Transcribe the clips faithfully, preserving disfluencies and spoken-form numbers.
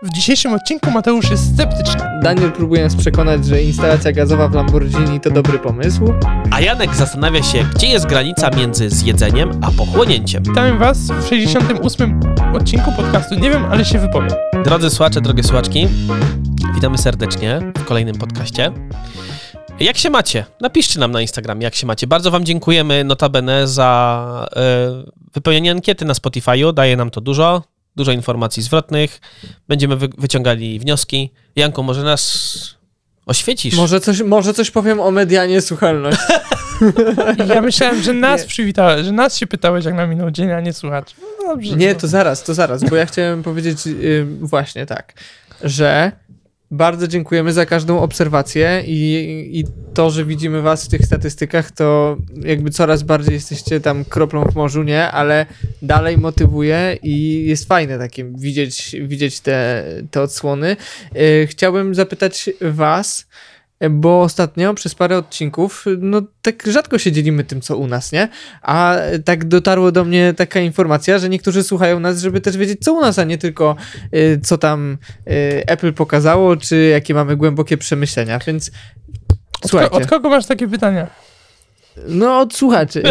W dzisiejszym odcinku Mateusz jest sceptyczny. Daniel próbuje nas przekonać, że instalacja gazowa w Lamborghini to dobry pomysł. A Janek zastanawia się, gdzie jest granica między zjedzeniem a pochłonięciem. Witamy was w sześćdziesiątym ósmym odcinku podcastu. Nie wiem, ale się wypowiem. Drodzy słuchacze, drogie słuchaczki, witamy serdecznie w kolejnym podcaście. Jak się macie? Napiszcie nam na Instagramie, jak się macie. Bardzo wam dziękujemy notabene za y, wypełnienie ankiety na Spotify'u. Daje nam to dużo, dużo informacji zwrotnych. Będziemy wy, wyciągali wnioski. Janku, może nas oświecisz? Może coś, może coś powiem o medianie słuchalności. Ja myślałem, że nas Nie. przywitałeś, że nas się pytałeś, jak nam minął dzień, a nie słuchacz. No dobrze. Nie, no. to zaraz, to zaraz, bo ja chciałem powiedzieć yy, właśnie tak, że bardzo dziękujemy za każdą obserwację i, i to, że widzimy was w tych statystykach, to jakby coraz bardziej jesteście tam kroplą w morzu, nie? Ale dalej motywuje i jest fajne takim widzieć, widzieć te, te odsłony. Yy, chciałbym zapytać was, bo ostatnio przez parę odcinków, no tak rzadko się dzielimy tym, co u nas, nie? A tak dotarło do mnie taka informacja, że niektórzy słuchają nas, żeby też wiedzieć, co u nas, a nie tylko y, co tam y, Apple pokazało, czy jakie mamy głębokie przemyślenia, więc Od, słuchajcie. ko- od kogo masz takie pytania? No od słuchaczy.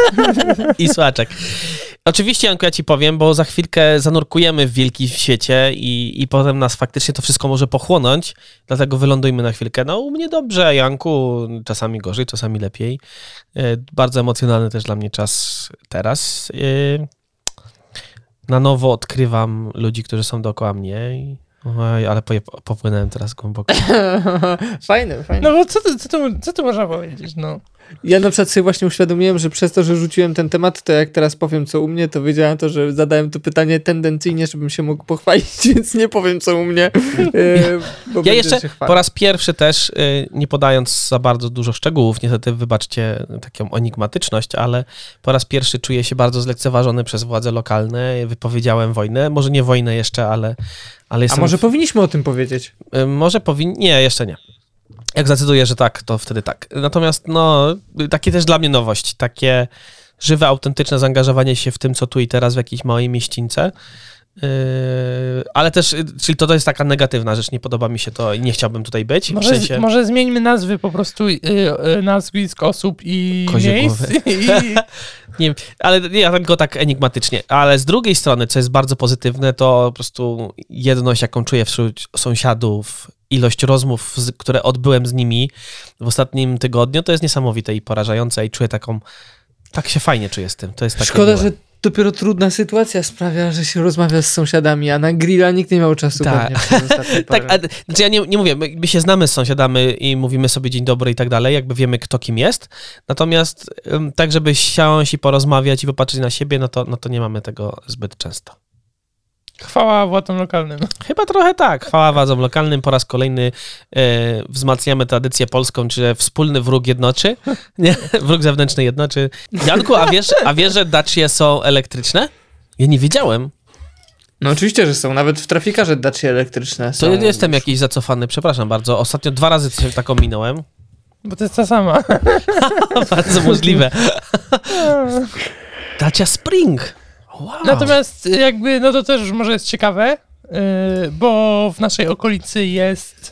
I słuchaczek. Oczywiście, Janku, ja ci powiem, bo za chwilkę zanurkujemy w wielkim świecie i, i potem nas faktycznie to wszystko może pochłonąć, dlatego wylądujmy na chwilkę. No u mnie dobrze, Janku, czasami gorzej, czasami lepiej. Yy, bardzo emocjonalny też dla mnie czas teraz. Yy, na nowo odkrywam ludzi, którzy są dookoła mnie i oj, ale po, popłynąłem teraz głęboko. Fajne, fajne. No bo co tu, co tu, co tu można powiedzieć, no? Ja na przykład sobie właśnie uświadomiłem, że przez to, że rzuciłem ten temat, to jak teraz powiem, co u mnie, to wiedziałem to, że zadałem to pytanie tendencyjnie, żebym się mógł pochwalić, więc nie powiem, co u mnie. Yy, bo Ja jeszcze się po raz pierwszy też, yy, nie podając za bardzo dużo szczegółów, niestety wybaczcie taką enigmatyczność, ale po raz pierwszy czuję się bardzo zlekceważony przez władze lokalne. Wypowiedziałem wojnę, może nie wojnę jeszcze, ale, ale A jestem... może powinniśmy o tym powiedzieć? Yy, może powinien... Nie, jeszcze nie. Jak zdecyduję, że tak, to wtedy tak. Natomiast no, takie też dla mnie nowość, takie żywe, autentyczne zaangażowanie się w tym, co tu i teraz w jakiejś małej mieścińce. Yy, ale też, czyli to, to jest taka negatywna rzecz, nie podoba mi się to i nie chciałbym tutaj być. Może, w sensie... może zmieńmy nazwy po prostu, y, y, nazwisk osób i Kozie miejsc. głowy. I, Nie, ale nie, ja tylko tak enigmatycznie. Ale z drugiej strony, co jest bardzo pozytywne, to po prostu jedność, jaką czuję wśród sąsiadów, ilość rozmów, z, które odbyłem z nimi w ostatnim tygodniu, to jest niesamowite i porażające i czuję taką, tak się fajnie czuję z tym. To jest takie Szkoda, miłe. że dopiero trudna sytuacja sprawia, że się rozmawia z sąsiadami, a na grilla nikt nie miał czasu Tak. pewnie przez ostatnie parę Tak, a, znaczy ja nie, nie mówię, my, my się znamy z sąsiadami i mówimy sobie dzień dobry i tak dalej, jakby wiemy kto kim jest, natomiast ym, tak, żeby siąść i porozmawiać i popatrzeć na siebie, no to, no to nie mamy tego zbyt często. chwała władcom lokalnym. Chyba trochę tak. Chwała władzom lokalnym. Po raz kolejny e, wzmacniamy tradycję polską, czy wspólny wróg jednoczy. Nie, wróg zewnętrzny jednoczy. Janku, a wiesz, a wiesz, że Dacie są elektryczne? Ja nie wiedziałem. No oczywiście, że są. Nawet w trafikarze Dacie elektryczne są. To ja jestem jakiś zacofany, przepraszam bardzo. Ostatnio dwa razy się taką minąłem. Bo to jest ta sama. Bardzo możliwe. Dacia Spring. Wow. Natomiast jakby, no to też już może jest ciekawe, yy, bo w naszej okolicy jest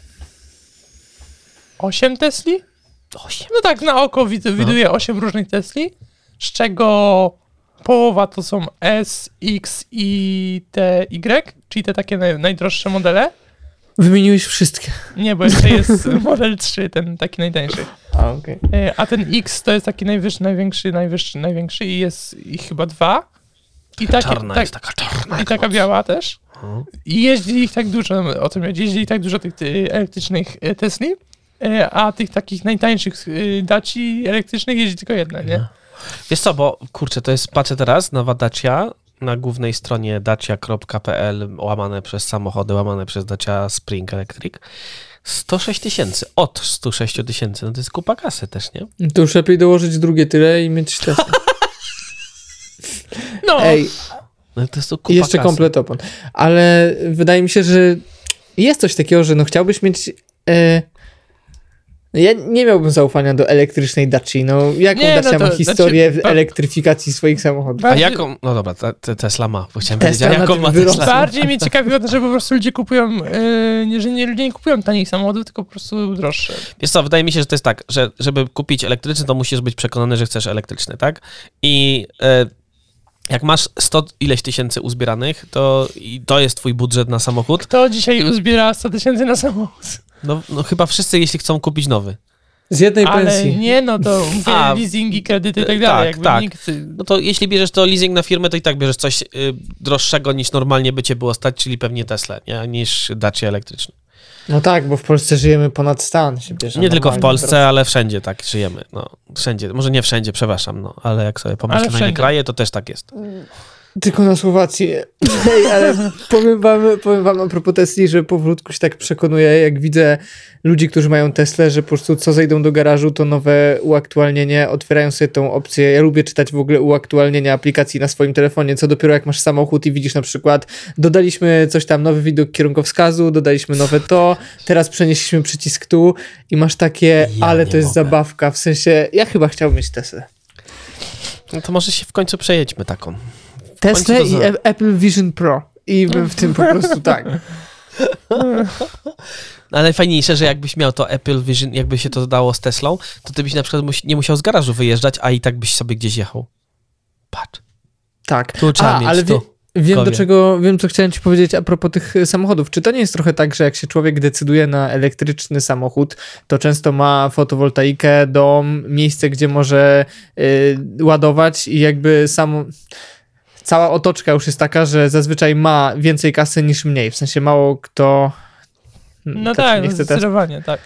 osiem Tesli. Osiem. No tak, na oko wid- widuję osiem różnych Tesli, z czego połowa to są S, X i te Y, czyli te takie naj- najdroższe modele. Wymieniłeś wszystkie. Nie, bo jeszcze jest model trzy, ten taki najtańszy. A, okej. Yy, a ten X to jest taki najwyższy, największy, najwyższy, największy i jest ich chyba dwa. I takie, Czarna tak, jest taka czarna. I jak taka noc. biała też. Mhm. I jeździ ich tak dużo, o tym jeździ tak dużo tych y, elektrycznych y, Tesli, y, a tych takich najtańszych y, Daci elektrycznych jeździ tylko jedna, nie? Wiesz co, bo kurczę, to jest, patrzę teraz, nowa Dacia, na głównej stronie dacia kropka p l, łamane przez samochody, łamane przez Dacia Spring Electric, sto sześć tysięcy, od sto sześć tysięcy, no to jest kupa kasy też, nie? To już lepiej dołożyć drugie tyle i mieć Tesla. No, Ej, No to jest to kupa i jeszcze kasy. komplet opon. Ale wydaje mi się, że jest coś takiego, że no chciałbyś mieć... E, No ja nie miałbym zaufania do elektrycznej Daci. No, jaką Nie, no Dacia to ma historię znaczy, w elektryfikacji swoich samochodów? Ba- A jaką, no dobra, te, te Tesla ma, bo chciałem Tesla powiedzieć, a na jaką tym ma wyrosła. Tesla? Bardziej mnie ciekawi o to, że po prostu ludzie kupują, yy, nie, że nie, ludzie nie kupują tanich samochodów, tylko po prostu droższe. Wiesz co, wydaje mi się, że to jest tak, że żeby kupić elektryczny, to musisz być przekonany, że chcesz elektryczny, tak? I e, jak masz sto ileś tysięcy uzbieranych, to i to jest twój budżet na samochód, Kto dzisiaj uzbiera sto tysięcy na samochód? no, no chyba wszyscy, jeśli chcą kupić nowy. Z jednej Ale pensji. nie, no to mówię, A, leasingi, kredyty i tak tak, dalej. Jakby tak. nikt... No to jeśli bierzesz to leasing na firmę, to i tak bierzesz coś y, droższego niż normalnie by cię było stać, czyli pewnie Tesla, nie? Niż Dacia elektryczny. No tak, bo w Polsce żyjemy ponad stan. Się bierze Nie tylko w normalnie Polsce, teraz. ale wszędzie tak żyjemy. No, wszędzie. Może nie wszędzie, przepraszam, no, ale jak sobie pomyślę Ale na inne wszędzie. kraje, to też tak jest. Tylko na Słowacji. Ej, ale powiem wam, powiem wam a propos Tesli, że powolutku się tak przekonuję, jak widzę ludzi, którzy mają Teslę, że po prostu co zejdą do garażu, to nowe uaktualnienie, otwierają sobie tą opcję. Ja lubię czytać w ogóle uaktualnienia aplikacji na swoim telefonie, co dopiero jak masz samochód i widzisz na przykład, dodaliśmy coś tam, nowy widok kierunkowskazu, dodaliśmy nowe to, teraz przenieśliśmy przycisk tu i masz takie, Ja ale nie to jest mogę. zabawka, w sensie, ja chyba chciałbym mieć Teslę. No to może się w końcu przejedźmy taką. Teslę końcu i to za- A- Apple Vision Pro. I bym w tym po prostu tak. Ale najfajniejsze, że jakbyś miał to Apple Vision, jakby się to dało z Teslą, to ty byś na przykład musi, nie musiał z garażu wyjeżdżać, a i tak byś sobie gdzieś jechał. Patrz. Tak. Tu trzeba A, mieć, ale wie, tu. wiem do Głowie. czego, wiem co chciałem ci powiedzieć a propos tych y, samochodów. Czy to nie jest trochę tak, że jak się człowiek decyduje na elektryczny samochód, to często ma fotowoltaikę, dom, miejsce, gdzie może y, ładować i jakby samo... Cała otoczka już jest taka, że zazwyczaj ma więcej kasy niż mniej. W sensie mało kto... No Kacper tak, nie no chce teraz- zdecydowanie, tak.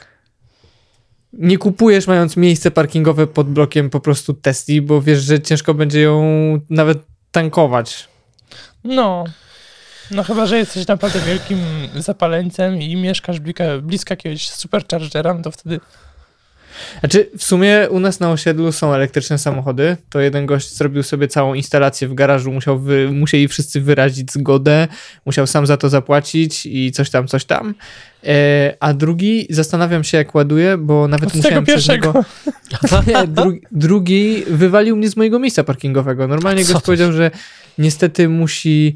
nie kupujesz mając miejsce parkingowe pod blokiem po prostu Tesli, bo wiesz, że ciężko będzie ją nawet tankować. No. No chyba, że jesteś naprawdę wielkim zapaleńcem i mieszkasz blisko, blisko jakiegoś superchargera, no to wtedy... Znaczy, w sumie u nas na osiedlu są elektryczne samochody. To jeden gość zrobił sobie całą instalację w garażu, musiał wy, musieli wszyscy wyrazić zgodę, musiał sam za to zapłacić i coś tam, coś tam. E, a drugi, zastanawiam się jak ładuje, bo nawet Od tego musiałem przez pierwszego. niego... Nie, dru, drugi wywalił mnie z mojego miejsca parkingowego. Normalnie Co gość ty? powiedział, że niestety musi...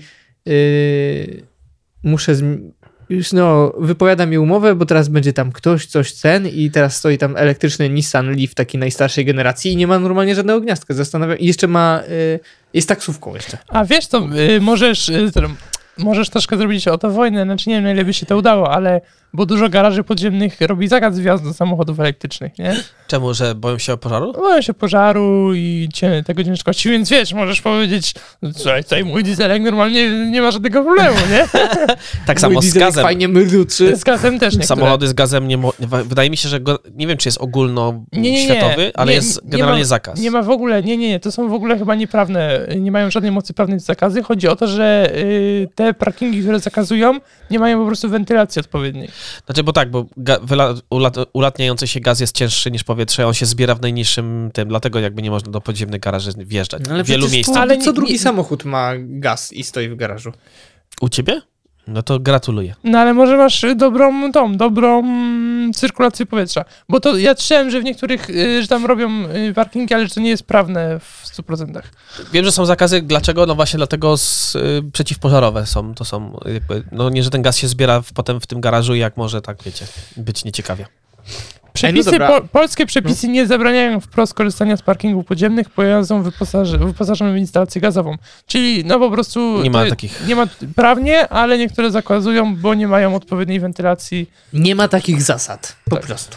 Yy, muszę... Zmi- już no, wypowiada mi umowę, bo teraz będzie tam ktoś, coś ten i teraz stoi tam elektryczny Nissan Leaf takiej najstarszej generacji i nie ma normalnie żadnego gniazdka. Zastanawiam i jeszcze ma, y, jest taksówką jeszcze. A wiesz to, y, możesz, y, to, możesz troszkę zrobić o to wojnę, znaczy nie wiem, na ile by się to udało, ale bo dużo garaży podziemnych robi zakaz wjazdu samochodów elektrycznych, nie? Czemu, że boją się o pożaru? Boją się pożaru i cie, tego ciężkości, więc wiesz, możesz powiedzieć, słuchaj, tutaj mój dieselek normalnie nie ma żadnego problemu, nie? Tak samo Mój z dieselek gazem. fajnie mruczy. Z gazem też niektóre. Samochody z gazem nie mo- wydaje mi się, że go, nie wiem, czy jest ogólnoświatowy, nie, nie. ale Nie, jest nie generalnie ma- zakaz. Nie ma w ogóle, nie, nie, nie, to są w ogóle chyba nieprawne, nie mają żadnej mocy prawnej te zakazy. Chodzi o to, że y, te parkingi, które zakazują, nie mają po prostu wentylacji odpowiedniej. Znaczy, bo tak, bo ga- wyla- ulat- ulatniający się gaz jest cięższy niż powietrze, on się zbiera w najniższym tym, dlatego jakby nie można do podziemnych garaży wjeżdżać. Ale w wielu przecież miejscach. Tu, Ale co nie- drugi nie- samochód ma gaz i stoi w garażu. U ciebie? No to gratuluję. No ale może masz dobrą tą, dobrą mm, cyrkulację powietrza. Bo to ja czytałem, że w niektórych, y, że tam robią y, parkingi, ale że to nie jest prawne w stu procentach. Wiem, że są zakazy. Dlaczego? No właśnie dlatego z, y, przeciwpożarowe są. To są jakby, no nie, że ten gaz się zbiera w, potem w tym garażu i jak może, tak wiecie, być nieciekawie. Przepisy, dobra. po, polskie przepisy nie zabraniają wprost korzystania z parkingów podziemnych pojazdom wyposaży, wyposażonym w instalację gazową. Czyli no po prostu... Nie ma to- takich... Nie ma prawnie, ale niektóre zakazują, bo nie mają odpowiedniej wentylacji. Nie ma takich zasad, po Tak. prostu.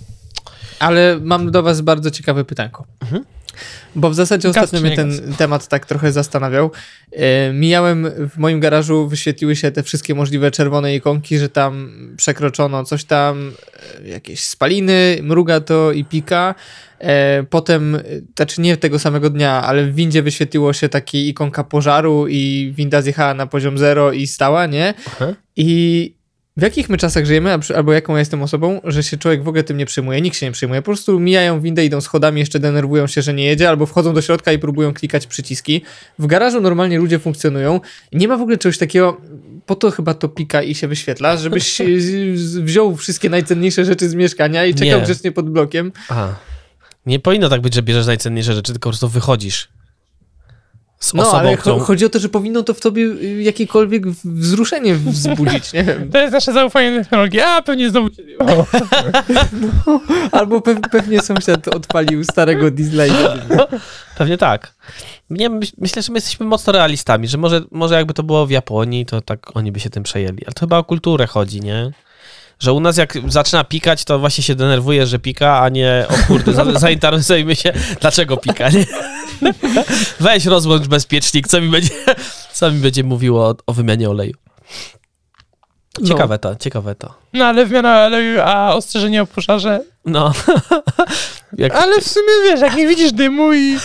Ale mam do was bardzo ciekawe pytanko. Mhm. Bo w zasadzie Gaz ostatnio czy mnie nie ten temat tak trochę zastanawiał. E, mijałem, w moim garażu wyświetliły się te wszystkie możliwe czerwone ikonki, że tam przekroczono coś tam, e, jakieś spaliny, mruga to i pika. E, potem, e, znaczy nie tego samego dnia, ale w windzie wyświetliło się taki ikonka pożaru i winda zjechała na poziom zero i stała, nie? Aha. I W jakich my czasach żyjemy, albo jaką ja jestem osobą, że się człowiek w ogóle tym nie przejmuje, nikt się nie przejmuje, po prostu mijają windę, idą schodami, jeszcze denerwują się, że nie jedzie, albo wchodzą do środka i próbują klikać przyciski. W garażu normalnie ludzie funkcjonują. Nie ma w ogóle czegoś takiego, po to chyba to pika i się wyświetla, żebyś wziął wszystkie najcenniejsze rzeczy z mieszkania i czekał Nie. grzecznie pod blokiem. Aha. Nie powinno tak być, że bierzesz najcenniejsze rzeczy, tylko po prostu wychodzisz z No, osobą, ale którą... chodzi o to, że powinno to w tobie jakiekolwiek wzruszenie wzbudzić, nie wiem. To jest nasze zaufanie do technologii. A, pewnie znowu się nie ma. Albo pe pewnie sąsiad odpalił starego diesla i Pewnie tak. Nie, myśl, myślę, że my jesteśmy mocno realistami, że może, może jakby to było w Japonii, to tak oni by się tym przejęli. Ale to chyba o kulturę chodzi, nie? Że u nas jak zaczyna pikać, to właśnie się denerwuje, że pika, a nie o kurde, za- zainteresujmy się, dlaczego pika, nie? Weź rozłącz bezpiecznik, co mi będzie, co mi będzie mówiło o, o wymianie oleju. Ciekawe to, ciekawe to. No ale wymiana oleju, a ostrzeżenie o pożarze. No. Jak Ale w sumie wiesz, jak nie widzisz dymu i...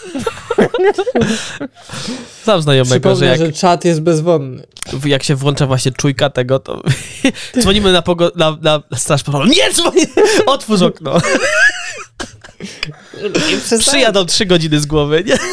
znam znajomego, że Przypomnę, jak, że czat jest bezwonny. jak się włącza właśnie czujka tego, to dzwonimy na, pogo- na, na straż pożarną. Nie dzwoni! Otwórz okno. Przyjadą trzy godziny z głowy, nie?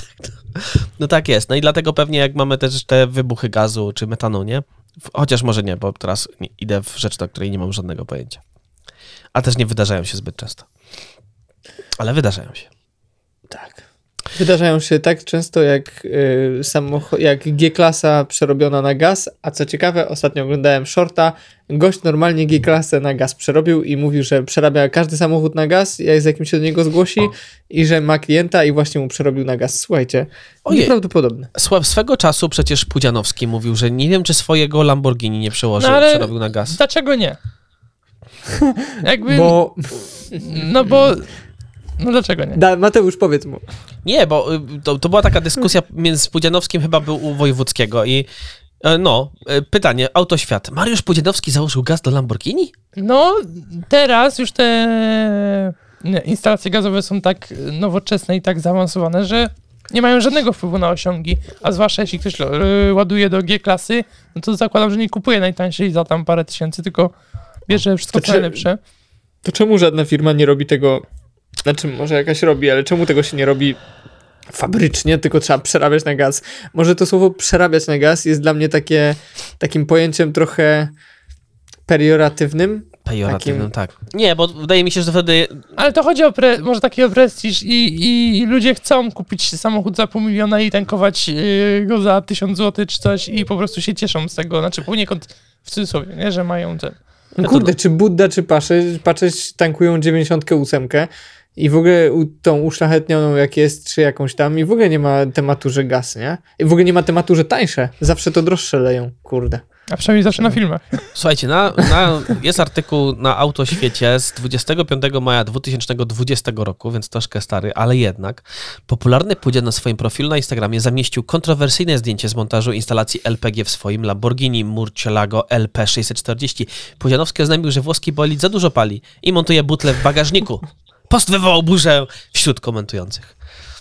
No tak jest. No i dlatego pewnie jak mamy też te wybuchy gazu czy metanu, nie? Chociaż może nie, bo teraz nie, idę w rzecz, do której nie mam żadnego pojęcia. A też nie wydarzają się zbyt często. Ale wydarzają się. Tak. Wydarzają się tak często jak, y, samocho- jak G-klasa przerobiona na gaz, a co ciekawe, ostatnio oglądałem shorta, gość normalnie G-klasę na gaz przerobił i mówił, że przerabia każdy samochód na gaz, jak z jakim się do niego zgłosi i że ma klienta i właśnie mu przerobił na gaz. Słuchajcie, Ojej. nieprawdopodobne. Sła- Swego czasu przecież Pudzianowski mówił, że nie wiem, czy swojego Lamborghini nie przełożył, No ale- przerobił na gaz. Dlaczego nie? Jakby... Bo... No bo... No dlaczego nie? Da, Mateusz, powiedz mu. Nie, bo y, to, to była taka dyskusja między Pudzianowskim, chyba był u Wojewódzkiego i e, no, e, pytanie, Autoświat. Mariusz Pudzianowski założył gaz do Lamborghini? No, teraz już te nie, instalacje gazowe są tak nowoczesne i tak zaawansowane, że nie mają żadnego wpływu na osiągi, a zwłaszcza jeśli ktoś y, ładuje do G-klasy, no to zakładam, że nie kupuje najtańszej za tam parę tysięcy, tylko bierze wszystko To co czy- najlepsze. To czemu żadna firma nie robi tego, znaczy może jakaś robi, ale czemu tego się nie robi fabrycznie, tylko trzeba przerabiać na gaz? Może to słowo przerabiać na gaz jest dla mnie takie, takim pojęciem trochę perioratywnym. Pejoratywnym, Takim- tak. Nie, bo wydaje mi się, że wtedy Ale to chodzi o pre, może takiego prestiż i, i, i ludzie chcą kupić samochód za pół miliona i tankować yy, go za tysiąc złotych czy coś i po prostu się cieszą z tego, znaczy poniekąd w cudzysłowie, nie, że mają ten. No kurde, czy Budda, czy Paszy, patrzeć tankują dziewięćdziesiąt osiem i w ogóle u, tą uszlachetnioną jak jest, czy jakąś tam i w ogóle nie ma tematu, że gaz, nie? I w ogóle nie ma tematu, że tańsze. Zawsze to droższe leją, kurde. A przynajmniej zawsze na filmach. słuchajcie, na, na, jest artykuł na Autoświecie z dwudziestego piątego maja dwa tysiące dwudziestego roku, więc troszkę stary, ale jednak. Popularny Pudzian na swoim profilu na Instagramie zamieścił kontrowersyjne zdjęcie z montażu instalacji L P G w swoim Lamborghini Murcielago L P sześćset czterdzieści. Pudzianowski oznajmił, że włoski bolid za dużo pali i montuje butlę w bagażniku. Post wywołał burzę wśród komentujących.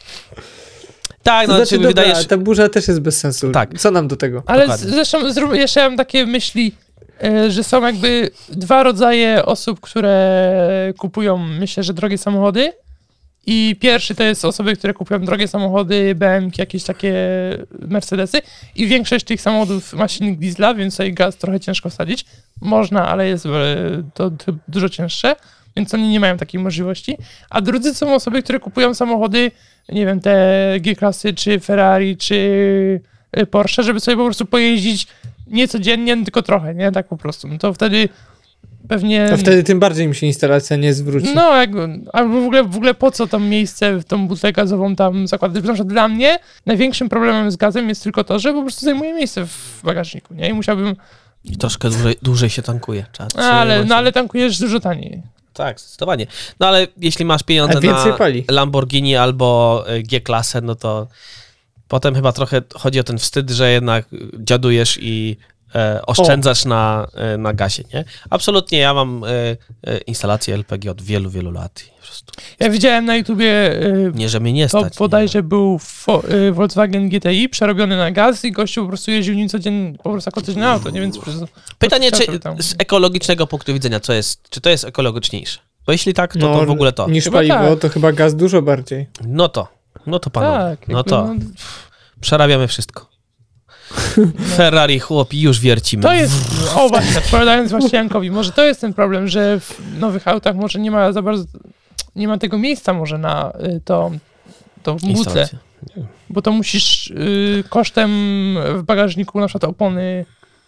Tak, no, To znaczy, czy dobra, wydaje się... ta burza też jest bez sensu. Tak. Co nam do tego? Ale z, Dokładnie. zresztą zrób, jeszcze mam takie myśli, e, że są jakby dwa rodzaje osób, które kupują, myślę, że drogie samochody. I pierwszy to jest osoby, które kupują drogie samochody, B M ki, jakieś takie Mercedesy. I większość tych samochodów ma silnik diesla, więc tutaj gaz trochę ciężko wsadzić. Można, ale jest e, to, to dużo cięższe, więc oni nie mają takiej możliwości. A drudzy są osoby, które kupują samochody, nie wiem, te G-klasy, czy Ferrari, czy Porsche, żeby sobie po prostu pojeździć nie codziennie, tylko trochę, nie? Tak po prostu. No to wtedy pewnie... To wtedy tym bardziej mi się instalacja nie zwróci. No, jak, albo w ogóle, w ogóle po co tam miejsce w tą butlę gazową tam zakładać? Na przykład dla mnie największym problemem z gazem jest tylko to, że po prostu zajmuje miejsce w bagażniku, nie? I musiałbym... I troszkę dłużej, dłużej się tankuje. Trzeba Ale, sobie- no ale tankujesz dużo taniej. Tak, zdecydowanie. No ale jeśli masz pieniądze A więcej na pali. Lamborghini albo y, G-klasę, no to potem chyba trochę chodzi o ten wstyd, że jednak dziadujesz i e, oszczędzasz na, e, na gazie, nie? Absolutnie, ja mam e, e, instalację L P G od wielu, wielu lat. I po prostu Ja widziałem na YouTubie, y, nie, że mnie nie to stać. bodajże nie. był fo, y, Volkswagen G T I przerobiony na gaz i gościu po prostu jeździł nim codziennie po prostu jako codzienne auto, nie? Więc przez, Pytanie, czy tam. z ekologicznego punktu widzenia, co jest, czy to jest ekologiczniejsze? Bo jeśli tak, to, No, to w ogóle to. Niż Chyba paliwo, tak. to chyba gaz dużo bardziej. No to, no to panowie, Tak, no jakby, to no, przerabiamy wszystko. Ferrari, chłopi, już wiercimy. to jest, o właśnie, odpowiadając właśnie Jankowi, może to jest ten problem, że w nowych autach może nie ma za bardzo, nie ma tego miejsca może na y, to, to butle, Instalacje. bo to musisz y, kosztem w bagażniku na przykład opony.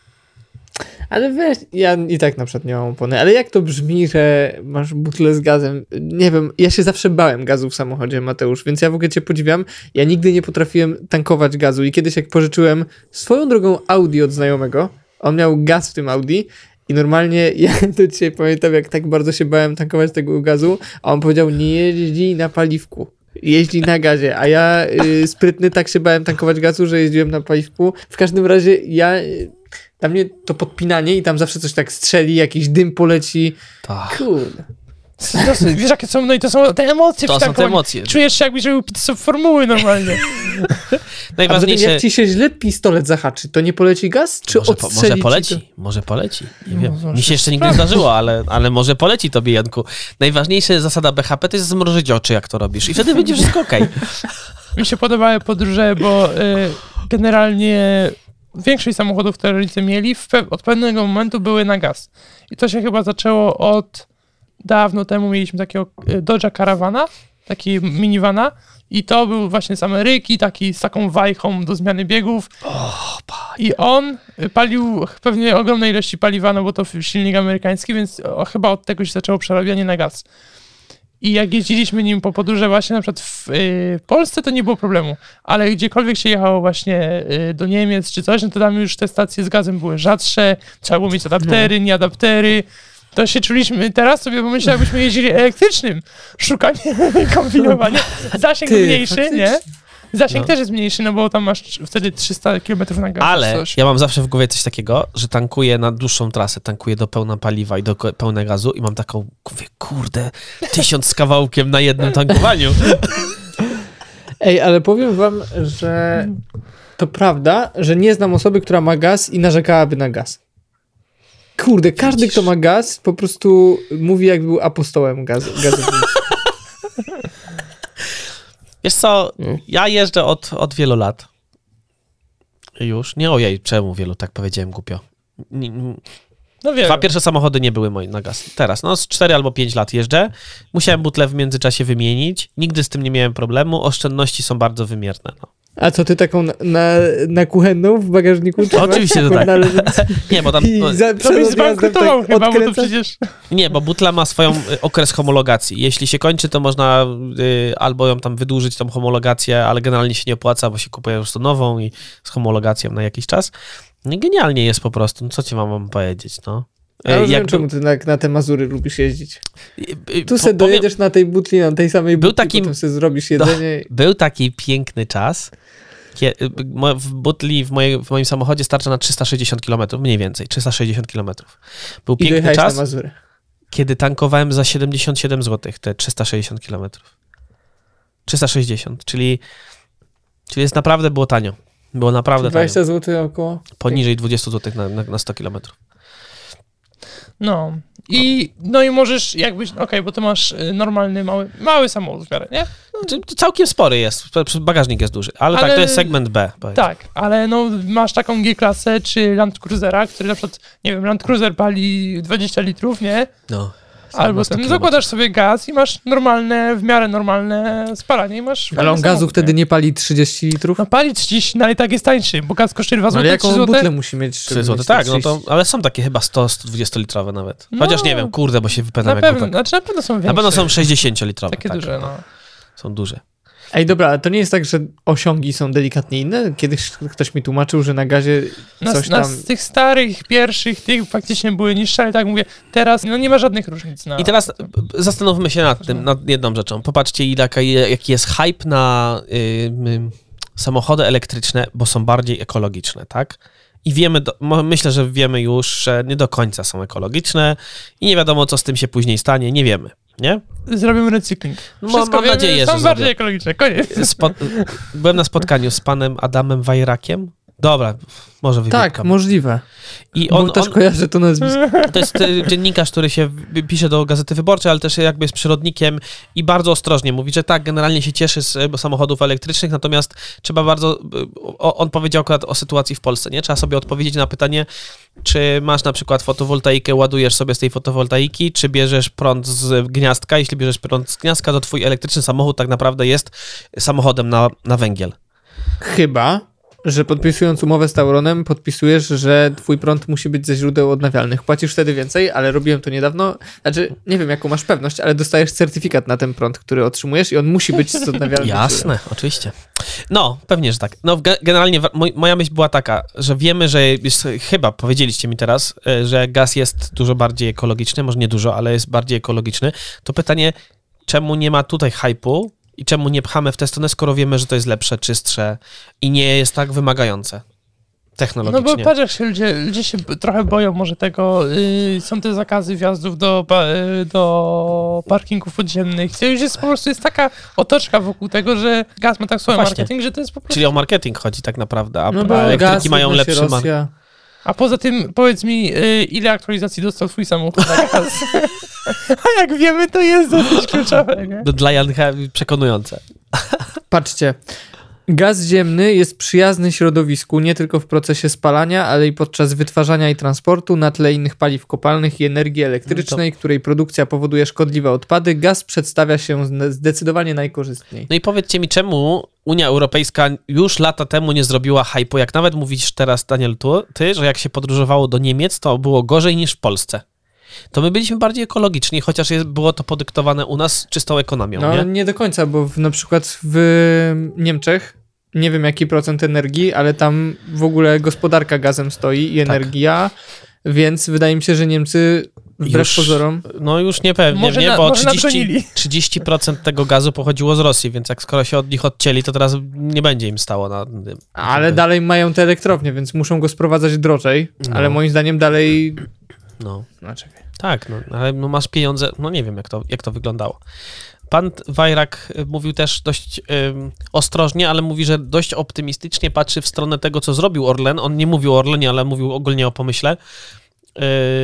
Ale weź, ja i tak na przykład nie mam opony, ale jak to brzmi, że masz butlę z gazem? Nie wiem, ja się zawsze bałem gazu w samochodzie, Mateusz, więc ja w ogóle cię podziwiam. Ja nigdy nie potrafiłem tankować gazu i kiedyś jak pożyczyłem swoją drogą Audi od znajomego, on miał gaz w tym Audi i normalnie ja do dzisiaj pamiętam, jak tak bardzo się bałem tankować tego gazu, a on powiedział, nie jeździ na paliwku. Jeździ na gazie, a ja y, sprytny tak się bałem tankować gazu, że jeździłem na paliwku. W każdym razie ja... Y, Dla mnie to podpinanie i tam zawsze coś tak strzeli, jakiś dym poleci. Tak. Kurde. To, wiesz jakie są, no i to są te emocje. To przy są te tankowaniu. emocje. Czujesz się jakbyś robił pizzę formuły normalnie. A Najważniejsze... jak ci się źle pistolet zahaczy, to nie poleci gaz? Czy Może, po, odstrzeli może ci poleci, to? może poleci, nie No, wiem. może Mi się jeszcze nigdy nie zdarzyło, ale, ale może poleci tobie, Janku. Najważniejsza zasada B H P to jest zmrużyć oczy, jak to robisz i wtedy będzie wszystko okej. Mi się podobały podróże, bo y, generalnie większość samochodów, które rodzice mieli, w pe- od pewnego momentu były na gaz. I to się chyba zaczęło od dawno temu. Mieliśmy takiego y, Dodge'a Caravana, taki minivana, i to był właśnie z Ameryki, taki z taką wajchą do zmiany biegów. I on palił pewnie ogromne ilości paliwa, no bo to silnik amerykański, więc o, chyba od tego się zaczęło przerabianie na gaz. I jak jeździliśmy nim po podróże właśnie na przykład w y, Polsce, to nie było problemu, ale gdziekolwiek się jechało właśnie y, do Niemiec czy coś, no to tam już te stacje z gazem były rzadsze, trzeba było mieć adaptery, nie adaptery. To się czuliśmy, teraz sobie pomyślę, jakbyśmy jeździli elektrycznym, szukanie, kombinowanie, zasięg Ty, mniejszy, faktycznie. nie? Zasięg No. też jest mniejszy, no bo tam masz wtedy trzysta kilometrów na gaz. Ale coś. ja mam zawsze w głowie coś takiego, że tankuję na dłuższą trasę, tankuję do pełna paliwa i do ko- pełna gazu i mam taką, mówię, kurde, tysiąc z kawałkiem na jednym tankowaniu. Ej, ale powiem wam, że to prawda, że nie znam osoby, która ma gaz i narzekałaby na gaz. Kurde, każdy, Widzisz? kto ma gaz, po prostu mówi, jak był apostołem gazu. gazu. Wiesz co, No. ja jeżdżę od, od wielu lat. Już. Nie ojej, czemu wielu, tak powiedziałem głupio. Nie, nie, No wiem. Dwa pierwsze samochody nie były moje na gaz. Teraz, no z cztery albo pięć lat jeżdżę. Musiałem butlę w międzyczasie wymienić. Nigdy z tym nie miałem problemu. Oszczędności są bardzo wymierne. No. A co, ty taką na, na, na kuchenną w bagażniku? Czy Oczywiście, masz że tak. taką na leżącą? Nie, bo tam... I No, za, To przed byś odjazdem zbankrutował tak chyba, bo to odkręcasz? przecież... nie, bo butla ma swoją y, okres homologacji. Jeśli się kończy, to można y, albo ją tam wydłużyć, tą homologację, ale generalnie się nie opłaca, bo się kupuje już nową i z homologacją na jakiś czas. No i genialnie jest po prostu. No, co ci mam, mam powiedzieć, no. Ja rozumiem, Jakby- czemu ty na, na te Mazury lubisz jeździć. y, y, Tu po- se powiem- dojedziesz na tej butli, na tej samej Był butli, taki- potem sobie zrobisz jedzenie. Był taki piękny czas, kie- mo- w butli w, mojej, w moim samochodzie starcza na trzysta sześćdziesiąt kilometrów, mniej więcej, trzysta sześćdziesiąt kilometrów. Był I piękny dojechałeś czas, na Mazury. kiedy tankowałem za siedemdziesiąt siedem złotych te trzysta sześćdziesiąt kilometrów. trzysta sześćdziesiąt, czyli, czyli jest naprawdę było tanio. Było naprawdę tanio. dwadzieścia złotych około. Poniżej dwadzieścia złotych na, na, na sto kilometrów. No. I, no i możesz jakbyś, okej, bo to masz y, normalny, mały, mały samochód w miarę, nie? Znaczy, to całkiem spory jest, bagażnik jest duży, ale, Ale- tak, to jest segment B. powiedzmy. Tak, ale no masz taką G-klasę czy Land Cruisera, który na przykład, nie wiem, Land Cruiser pali dwadzieścia litrów, nie? No. Albo sto ten, kilometrów. zakładasz sobie gaz i masz normalne, w miarę normalne spalanie i masz... Ale on fajny gazu samochód, wtedy nie? nie pali trzydzieści litrów? No pali trzydzieści, no ale i tak jest tańszy, bo gaz kosztuje dwa No, ale złote, jaką trzy złote. butlę musi mieć? żeby trzy złote, mieć tak, no to, trzydzieści? ale są takie chyba sto dwadzieścia litrowe nawet. No. Chociaż nie wiem, kurde, bo się wypędzam Na jak pewno, głupek. znaczy na pewno są większe. Na pewno są sześćdziesiąt litrowe. Takie tak. duże, no. Są duże. Ej, dobra, ale to nie jest tak, że osiągi są delikatnie inne? Kiedyś ktoś mi tłumaczył, że na gazie Na, coś na tam... z tych starych, pierwszych, tych faktycznie były niższe, ale tak mówię, teraz no nie ma żadnych różnic. Na, I teraz b- zastanówmy się nad tym, nad jedną rzeczą. Popatrzcie, jaka, jaki jest hype na y, y, samochody elektryczne, bo są bardziej ekologiczne, tak? i wiemy, do, myślę, że wiemy już, że nie do końca są ekologiczne i nie wiadomo, co z tym się później stanie, nie wiemy, nie? Zrobimy recykling. No, Wszystko mam wiemy, nadzieję, są że bardziej zrobią. ekologiczne, koniec. Spo, byłem na spotkaniu z panem Adamem Wajrakiem. Dobra, może wybieram. Tak, możliwe. I On, on, Bo też on, kojarzę to nazwisko. to jest y, dziennikarz, który się w- pisze do Gazety Wyborczej, ale też jakby jest przyrodnikiem i bardzo ostrożnie mówi, że tak, generalnie się cieszy z y, samochodów elektrycznych, natomiast trzeba bardzo, y, o, on powiedział akurat o sytuacji w Polsce, nie? Trzeba sobie odpowiedzieć na pytanie, czy masz na przykład fotowoltaikę, ładujesz sobie z tej fotowoltaiki, czy bierzesz prąd z gniazdka. Jeśli bierzesz prąd z gniazdka, to twój elektryczny samochód tak naprawdę jest samochodem na, na węgiel. Chyba, że podpisując umowę z Tauronem, podpisujesz, że twój prąd musi być ze źródeł odnawialnych. Płacisz wtedy więcej, ale robiłem to niedawno. Znaczy, nie wiem jaką masz pewność, ale dostajesz certyfikat na ten prąd, który otrzymujesz i on musi być z odnawialnych Jasne, źródeł. oczywiście. No, pewnie, że tak. No, ge- generalnie wa- moj, moja myśl była taka, że wiemy, że jest, chyba powiedzieliście mi teraz, y, że gaz jest dużo bardziej ekologiczny, może nie dużo, ale jest bardziej ekologiczny. To pytanie, czemu nie ma tutaj hype'u i czemu nie pchamy w tę stronę, skoro wiemy, że to jest lepsze, czystsze i nie jest tak wymagające No technologicznie. bo patrz, jak się ludzie, ludzie się b- trochę boją może tego, yy, są te zakazy wjazdów do, pa- yy, do parkingów podziemnych. To już jest po prostu jest taka otoczka wokół tego, że gaz ma tak słaby Właśnie. marketing, że to jest po prostu... Czyli o marketing chodzi tak naprawdę, a, No a bo elektryki gaz, mają równa się lepszy marketing. Rosja. A poza tym, powiedz mi, yy, ile aktualizacji dostał twój samochód na gaz? A jak wiemy, to jest dosyć kluczowe, nie? Dla Janka przekonujące. Patrzcie, gaz ziemny jest przyjazny środowisku nie tylko w procesie spalania, ale i podczas wytwarzania i transportu na tle innych paliw kopalnych i energii elektrycznej, której produkcja powoduje szkodliwe odpady. Gaz przedstawia się zne- zdecydowanie najkorzystniej. No i powiedzcie mi, czemu Unia Europejska już lata temu nie zrobiła hype'u, jak nawet mówisz teraz, Daniel, tu, ty, że jak się podróżowało do Niemiec, to było gorzej niż w Polsce. To my byliśmy bardziej ekologiczni, chociaż jest, było to podyktowane u nas czystą ekonomią, No nie? nie do końca, bo w, na przykład w Niemczech nie wiem jaki procent energii, ale tam w ogóle gospodarka gazem stoi i energia, więc wydaje mi się, że Niemcy wbrew Już- pozorom... No już niepewnie, Może nie? na- Bo może trzydzieści, nadgonili. trzydzieści procent tego gazu pochodziło z Rosji, więc jak skoro się od nich odcięli, to teraz nie będzie im stało na tym. Ale dalej mają te elektrownie, więc muszą go sprowadzać drożej, No. ale moim zdaniem dalej... No. Znaczy, Tak, no, ale no masz pieniądze, no nie wiem jak to, jak to wyglądało. Pan Wajrak y, mówił też dość ym, ostrożnie, ale mówi, że dość optymistycznie patrzy w stronę tego, co zrobił Orlen. On nie mówił o Orlenie, ale mówił ogólnie o pomyśle yy,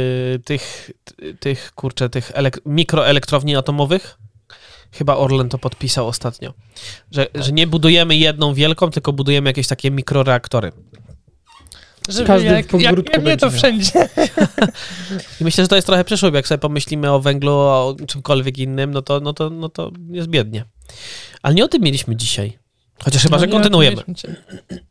tych, t- tych, kurczę, tych elek- mikroelektrowni atomowych. Chyba Orlen to podpisał ostatnio. Że, że nie budujemy jedną wielką, tylko budujemy jakieś takie mikroreaktory. Żeby Każdy jak, w ogródku jak, jak nie, to będzie miał. wszędzie. I myślę, że to jest trochę przyszłość, bo jak sobie pomyślimy o węglu, o czymkolwiek innym, no to, no to, no to jest biednie. Ale nie o tym mieliśmy dzisiaj. Chociaż chyba, No że nie, kontynuujemy. to mieliśmy cię.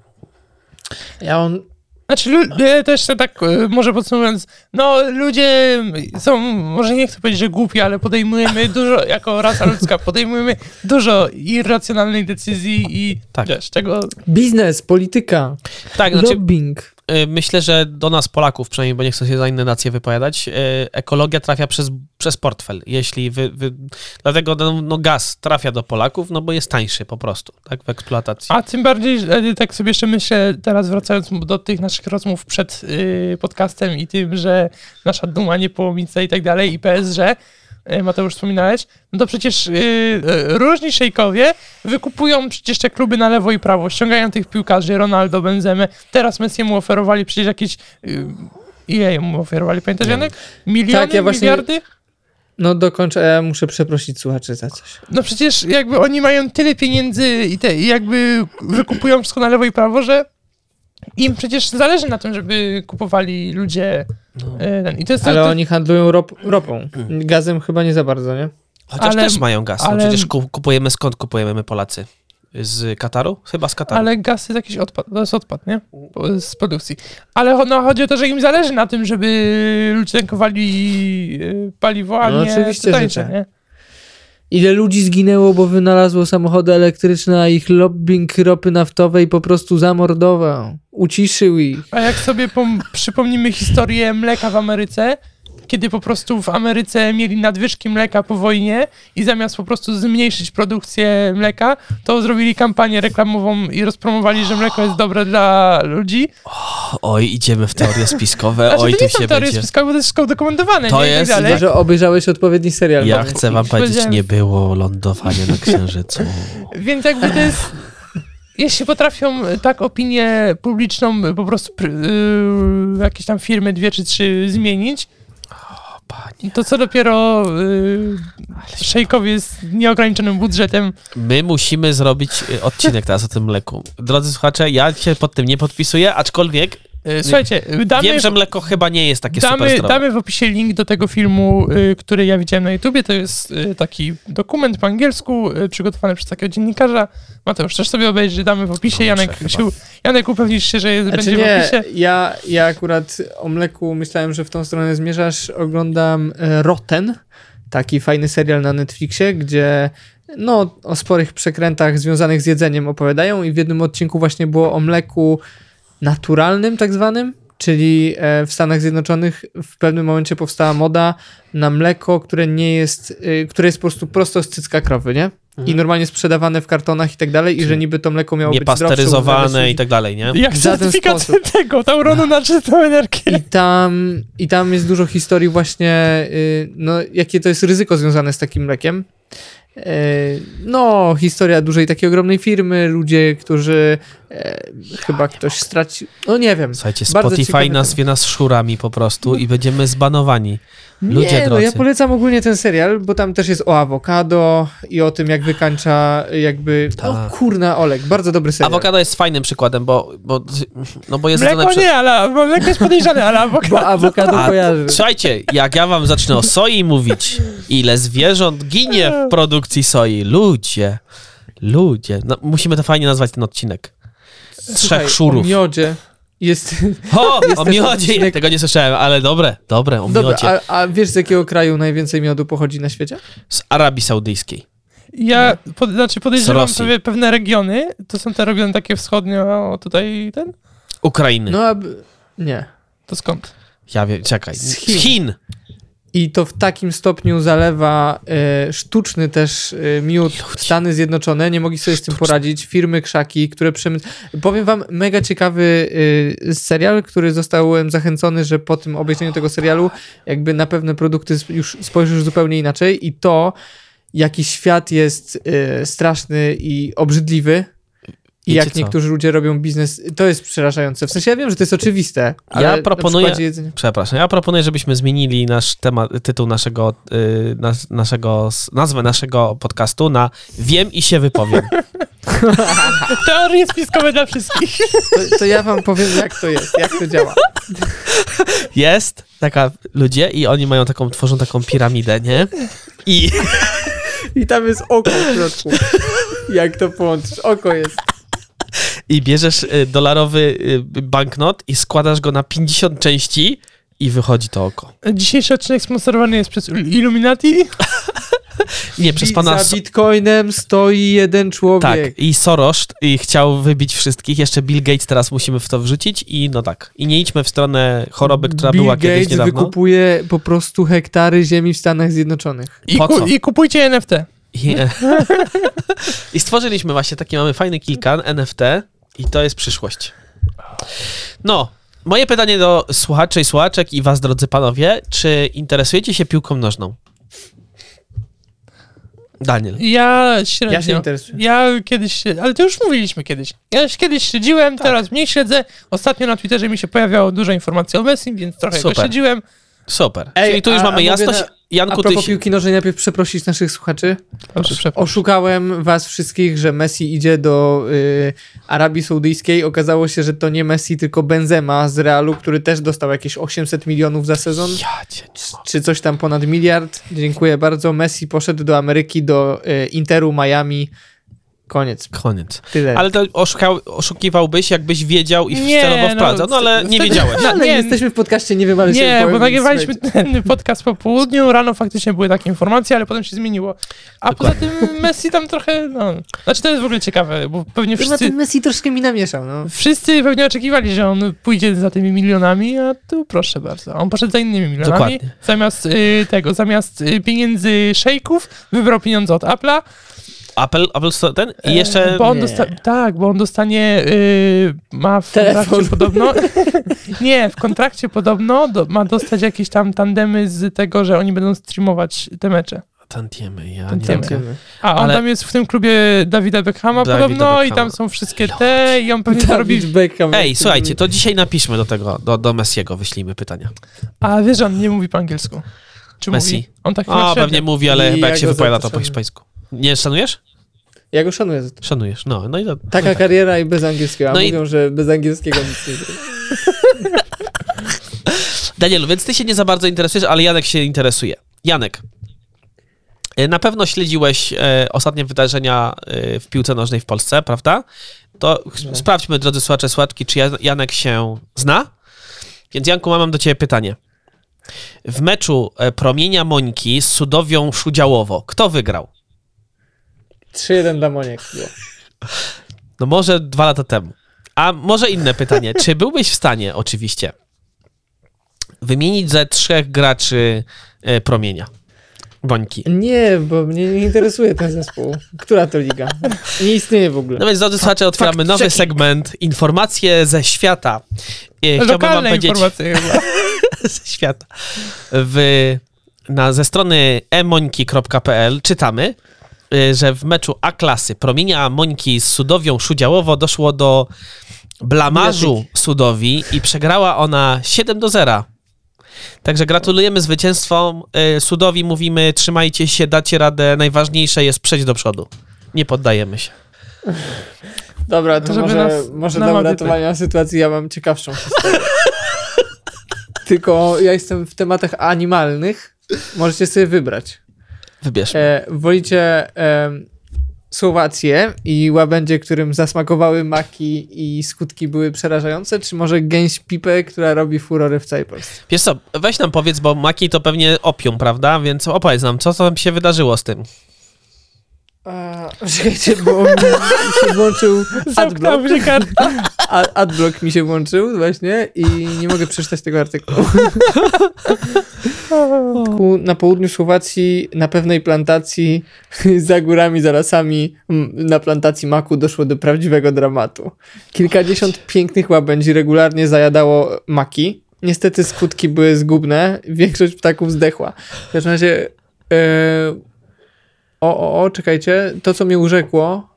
ja on... Znaczy, lu- e, też tak e, może podsumowując, no ludzie są, może nie chcę powiedzieć, że głupi, ale podejmujemy dużo, jako rasa ludzka, podejmujemy dużo irracjonalnych decyzji i Tak. wiesz, czego... Biznes, polityka, Tak, znaczy lobbying. y, myślę, że do nas Polaków przynajmniej, bo nie chcę się za inne nacje wypowiadać, y, ekologia trafia przez, przez portfel. Jeśli wy, wy, dlatego no, no gaz trafia do Polaków, no bo jest tańszy po prostu, tak, w eksploatacji. A tym bardziej, że, e, tak sobie jeszcze myślę, teraz wracając do tych naszych rozmów przed y, podcastem i tym, że nasza duma, niepołomica i tak dalej, i P S, że y, Mateusz wspominałeś, no to przecież y, y, różni szejkowie wykupują przecież te kluby na lewo i prawo, ściągają tych piłkarzy, Ronaldo, Benzemę, teraz Messiemu oferowali przecież jakieś... Y, ile mu oferowali, pamiętasz, Nie Janek? Miliony, Tak, ja właśnie- miliardy? No dokończę, ja muszę przeprosić słuchaczy za coś. No przecież jakby oni mają tyle pieniędzy i, te, i jakby wykupują wszystko na lewo i prawo, że im przecież zależy na tym, żeby kupowali ludzie No. e, ten. I to jest Ale to, oni handlują rop, ropą. Gazem chyba nie za bardzo, nie? Chociaż ale- też mają gaz. No ale- przecież ku, kupujemy, skąd kupujemy my Polacy? Z Kataru? Chyba z Kataru. ale gaz jest jakiś odpad, to jest odpad, nie? Z produkcji. Ale no, chodzi o to, że im zależy na tym, żeby ludzie tankowali e, paliwo, a No nie oczywiście, to że tańsze, tak. nie? Ile ludzi zginęło, bo wynalazło samochody elektryczne, a ich lobbying ropy naftowej po prostu zamordował. Uciszył ich. A jak sobie pom- przypomnimy historię mleka w Ameryce, kiedy po prostu w Ameryce mieli nadwyżki mleka po wojnie i zamiast po prostu zmniejszyć produkcję mleka, to zrobili kampanię reklamową i rozpromowali, że mleko jest dobre dla ludzi. Oj, idziemy w teorie spiskowe, Znaczy, oj, to tu nie są się teorie będzie... spiskowe, bo to jest wszystko udokumentowane. To nie? I tak jest- dalej. Chyba, że obejrzałeś odpowiedni serial. Ja mamy. chcę wam powiedzieć, Powiedziałem- nie było lądowania na Księżycu. Więc jakby to jest... Jeśli potrafią tak opinię publiczną po prostu pr- yy, jakieś tam firmy, dwie czy trzy zmienić, O, panie. to co dopiero yy, szejkowie z nieograniczonym budżetem. My musimy zrobić y, odcinek teraz o tym mleku. Drodzy słuchacze, ja się pod tym nie podpisuję, aczkolwiek Yy, słuchajcie, damy, wiem, że mleko chyba nie jest takie super damy, zdrowe. damy w opisie link do tego filmu, yy, który ja widziałem na YouTubie. To jest yy, taki dokument po angielsku, yy, przygotowany przez takiego dziennikarza. Mateusz, też sobie obejrzy, damy w opisie. No, Janek, chyba. się, Janek upewnisz się, że jest, Znaczy będzie w nie, opisie. ja, ja akurat o mleku myślałem, że w tą stronę zmierzasz. Oglądam e, Rotten, taki fajny serial na Netflixie, gdzie no, o sporych przekrętach związanych z jedzeniem opowiadają i w jednym odcinku właśnie było o mleku naturalnym tak zwanym, czyli e, w Stanach Zjednoczonych w pewnym momencie powstała moda na mleko, które nie jest, y, które jest po prostu prosto z cycka krowy, nie? I normalnie sprzedawane w kartonach i tak dalej, i że niby to mleko miało być zdrowsze. Niepasteryzowane i tak dalej, nie? Jak w żaden certyfikat sposób. tego, tauronu na czystą energię. I tam, I tam jest dużo historii właśnie, y, no, jakie to jest ryzyko związane z takim mlekiem. Y, No, historia dużej takiej ogromnej firmy, ludzie, którzy e, chyba ktoś stracił, no nie wiem. Słuchajcie, Bardzo Spotify ciekawy nazwie nas szurami po prostu i będziemy zbanowani. Ludzie nie, no drodzy. ja polecam ogólnie ten serial, bo tam też jest o awokado i o tym, jak wykańcza jakby, no Tak. kurna Olek, bardzo dobry serial. Awokado jest fajnym przykładem, bo, bo, no bo jest Mleko to nie, ale bo mleko jest podejrzane, ale Bo awokado. awokado A, kojarzy. Słuchajcie, jak ja wam zacznę o soi mówić, ile zwierząt ginie w produkcji soi. Ludzie, ludzie. No, musimy to fajnie nazwać ten odcinek. Trzech Słuchaj, szurów. o miodzie jest... O, jest o też miodzie. odcinek- Tego nie słyszałem, ale dobre, dobre, o Dobra, miodzie. a, a wiesz z jakiego kraju najwięcej miodu pochodzi na świecie? Z Arabii Saudyjskiej. Ja pod, znaczy Z podejrzewam Rosji. sobie pewne regiony, to są te regiony takie wschodnie, a tutaj ten? Ukrainy. No, a... nie. To skąd? Ja wiem, czekaj. Z Z Chin. Chin. I to w takim stopniu zalewa e, sztuczny też e, miód w Stany Zjednoczone. Nie mogli sobie z tym Sztuczny. poradzić. Firmy krzaki, które przemysł... Powiem wam, mega ciekawy e, serial, który zostałem zachęcony, że po tym obejrzeniu tego serialu jakby na pewne produkty sp- już spojrzysz zupełnie inaczej i to, jaki świat jest e, straszny i obrzydliwy i Wiecie jak co? niektórzy ludzie robią biznes, to jest przerażające. W sensie ja wiem, że to jest oczywiste, ale Ja proponuję- na przykładzie jedzenia... Przepraszam, ja proponuję, żebyśmy zmienili nasz temat, tytuł naszego, y, nas, naszego, nazwę naszego podcastu na Wiem i się wypowiem. Teorie spiskowe dla wszystkich. To, to ja wam powiem, jak to jest, jak to działa. Jest taka ludzie i oni mają taką, tworzą taką piramidę, nie? I I tam jest oko w środku. Jak to połączysz? Oko jest. I bierzesz y, dolarowy y, banknot i składasz go na pięćdziesiąt części i wychodzi to oko. Dzisiejszy odcinek sponsorowany jest przez Illuminati. Nie, przez I pana... za bitcoinem stoi jeden człowiek. Tak, i Soros i chciał wybić wszystkich, jeszcze Bill Gates teraz musimy w to wrzucić i no tak. I nie idźmy w stronę choroby, która Bill była kiedyś Gates niedawno. wykupuje po prostu hektary ziemi w Stanach Zjednoczonych. I, Po ku, co? I kupujcie N F T. I, I stworzyliśmy właśnie takie, mamy fajny kilkan N F T i to jest przyszłość. No, moje pytanie do słuchaczy i słuchaczek i was, drodzy panowie, czy interesujecie się piłką nożną? Daniel. Ja średnio. Ja się interesuję. Ja kiedyś, ale to już mówiliśmy kiedyś. Ja już kiedyś śledziłem, Tak. teraz mniej śledzę. Ostatnio na Twitterze mi się pojawiało dużo informacji o Messi, więc trochę go Super. śledziłem. Super. Ej, Czyli tu już a- mamy a jasność. mówię A Janku, ty propos się... piłki nożnej, najpierw przeprosić naszych słuchaczy. Proszę, przepraszam. Oszukałem was wszystkich, że Messi idzie do y, Arabii Saudyjskiej. Okazało się, że to nie Messi, tylko Benzema z Realu, który też dostał jakieś osiemset milionów za sezon. Ja cię nie mogę. Czy coś tam ponad miliard. Dziękuję bardzo. Messi poszedł do Ameryki, do y, Interu Miami Koniec. Koniec. Tyle. Ale to oszukał, oszukiwałbyś, jakbyś wiedział i Nie, celowo no, wprowadzał, no ale nie Wtedy- wiedziałeś. Ale Nie. jesteśmy w podcaście, nie wiem, ale się Nie, powiem, bo więc nagrywaliśmy słuchajcie. ten podcast po południu, rano faktycznie były takie informacje, ale potem się zmieniło. A Dokładnie. poza tym Messi tam trochę, no... Znaczy to jest w ogóle ciekawe, bo pewnie Chyba wszyscy... ten Messi troszkę mi namieszał, no. Wszyscy pewnie oczekiwali, że on pójdzie za tymi milionami, a tu proszę bardzo. On poszedł za innymi milionami. Dokładnie. Zamiast y, tego, zamiast y, pieniędzy szejków, wybrał pieniądze od Apple'a. Apple, Apple Store ten i jeszcze... E, Bo on Nie. dosta- tak, bo on dostanie, y, ma w Telefon. kontrakcie podobno, nie, w kontrakcie podobno do, ma dostać jakieś tam tandemy z tego, że oni będą streamować te mecze. Tantiemy, ja Tantiemy. nie wiem. A on Ale- tam jest w tym klubie Davida Beckhama Davida podobno i Beckhama. tam są wszystkie te i on pewnie zarobi... David Beckham. Ej, słuchajcie, to dzisiaj napiszmy do tego, do, do Messiego, wyślijmy pytania. A wiesz, że on nie mówi po angielsku. Czy Messi. mówi? On tak O, chyba pewnie średnio. mówi, ale I chyba ja jak się go wypowiada, to zapraszam. po hiszpańsku. Nie szanujesz? Ja go szanuję za to. Szanujesz, no. no i to, Taka no kariera i bez angielskiego, a No i- mówią, że bez angielskiego nic nie zrobi. Danielu, więc ty się nie za bardzo interesujesz, ale Janek się interesuje. Janek, y, na pewno śledziłeś e, ostatnie wydarzenia e, w piłce nożnej w Polsce, prawda? To ch- No. sprawdźmy, drodzy słuchacze, słuchaczki, czy Jan- Janek się zna? Więc Janku, mam do ciebie pytanie. W meczu e, Promienia Mońki z Sudowią Szudziałowo, kto wygrał? trzy jeden dla Moniek było. No może dwa lata temu. A może inne pytanie. Czy byłbyś w stanie, oczywiście, wymienić ze trzech graczy e, Promienia Mońki? Nie, bo mnie nie interesuje ten zespół. Która to liga? Nie istnieje w ogóle. No więc, drodzy słuchacze, otwieramy fakt nowy checking. segment. Informacje ze świata. E, Chciałbym wam Lokalne powiedzieć... informacje chyba. ze świata. W, na, ze strony e mońki kropka p l czytamy, y, że w meczu A-klasy Promienia Mońki z Sudowią Szudziałowo doszło do blamażu Sudowi i przegrała ona siedem do zera. Także gratulujemy zwycięstwom. Y, Sudowi mówimy, trzymajcie się, dacie radę, najważniejsze jest przejść do przodu. Nie poddajemy się. Dobra, to Żeby może, nas może na dla mapie uratowania sytuacji ja mam ciekawszą historię. Tylko ja jestem w tematach animalnych. Możecie sobie wybrać. Wybierz. E, wolicie e, Słowację i łabędzie, którym zasmakowały maki i skutki były przerażające, czy może gęś pipę, która robi furory w całej Polsce? Wiesz co, weź nam powiedz, bo maki to pewnie opium, prawda? Więc opowiedz nam, co tam się wydarzyło z tym. A, czekajcie, bo mi się włączył adblock. Zamknął się karta. A- Adblock mi się włączył właśnie i nie mogę przeczytać tego artykułu. Ku- Na południu Słowacji, na pewnej plantacji za górami, za lasami, m, na plantacji maku doszło do prawdziwego dramatu. Kilkadziesiąt pięknych łabędzi regularnie zajadało maki. Niestety skutki były zgubne, większość ptaków zdechła. W każdym razie e, o, o, o, czekajcie, to co mnie urzekło.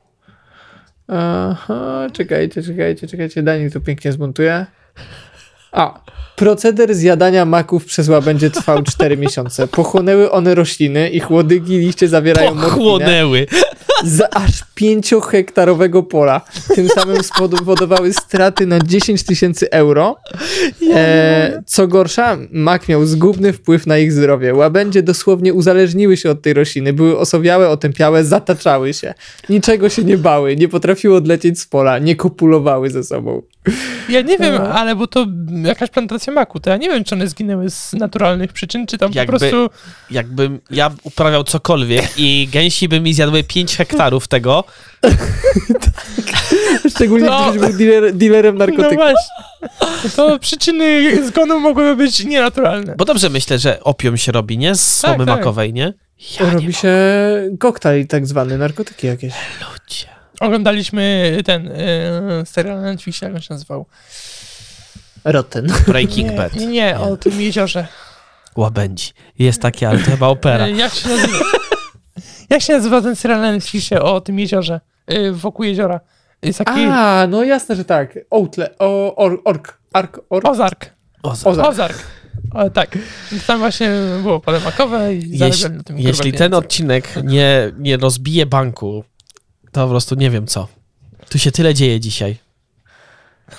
Aha, czekajcie, czekajcie, czekajcie, Daniel to pięknie zmontuje. A, proceder zjadania maków przez łabędzie trwał cztery miesiące. Pochłonęły one rośliny, ich łodygi i liście zawierają morfinę Pochłonęły. z aż pięciohektarowego pola. Tym samym spowodowały straty na dziesięć tysięcy euro. E, co gorsza, mak miał zgubny wpływ na ich zdrowie. Łabędzie dosłownie uzależniły się od tej rośliny. Były osowiałe, otępiałe, zataczały się. Niczego się nie bały, nie potrafiły odlecieć z pola, nie kopulowały ze sobą. Ja nie wiem, No. ale bo to jakaś plantacja maku, to ja nie wiem, czy one zginęły z naturalnych przyczyn, czy tam Jakby- po prostu... Jakbym ja uprawiał cokolwiek i gęsi by mi zjadły pięć hektarów tego, Szczególnie No. gdybyś był dealer, dealerem No narkotyków. właśnie. To przyczyny zgonu mogłyby być nienaturalne. bo dobrze myślę, że opium się robi, nie? Z słomy Tak, tak. makowej, nie? Ja nie Robi się koktajl tak zwany, narkotyki jakieś. ludzie. Oglądaliśmy ten y, serial na Netflixie, jak on się nazywał? Rotten. Breaking nie, Bad. Nie, nie, o tym jeziorze. Łabędzi. Jest takie, ale to chyba opera. Y, jak się nazywa? Jak się nazywa ten serial na Netflixie o tym jeziorze? Y, wokół jeziora. Jest taki A, no jasne, że tak. Outle, o, or, ork, ark, ork. Ozark. O, Ozark. Ozark. O, tak. I tam właśnie było pole makowe i Jeśli, zarabiali na tym jeśli grube ten pieniądze. odcinek nie, nie rozbije banku, to po prostu nie wiem co. Tu się tyle dzieje dzisiaj.